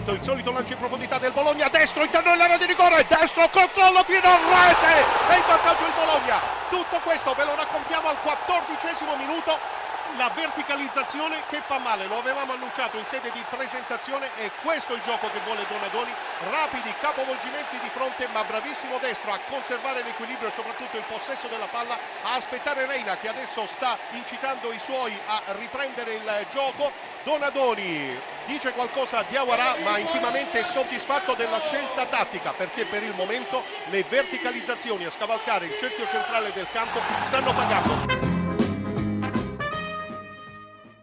alto, il solito lancio in profondità del Bologna, destro, interno dell'area di rigore, destro, controllo, tiro a rete e in vantaggio il Bologna. Tutto questo ve lo raccontiamo al 14° minuto. La verticalizzazione che fa male, lo avevamo annunciato in sede di presentazione, e questo è il gioco che vuole Donadoni: rapidi capovolgimenti di fronte, ma bravissimo destro a conservare l'equilibrio e soprattutto il possesso della palla, a aspettare Reina che adesso sta incitando i suoi a riprendere il gioco. Donadoni dice qualcosa a Diawara, ma intimamente è soddisfatto della scelta tattica, perché per il momento le verticalizzazioni a scavalcare il cerchio centrale del campo stanno pagando.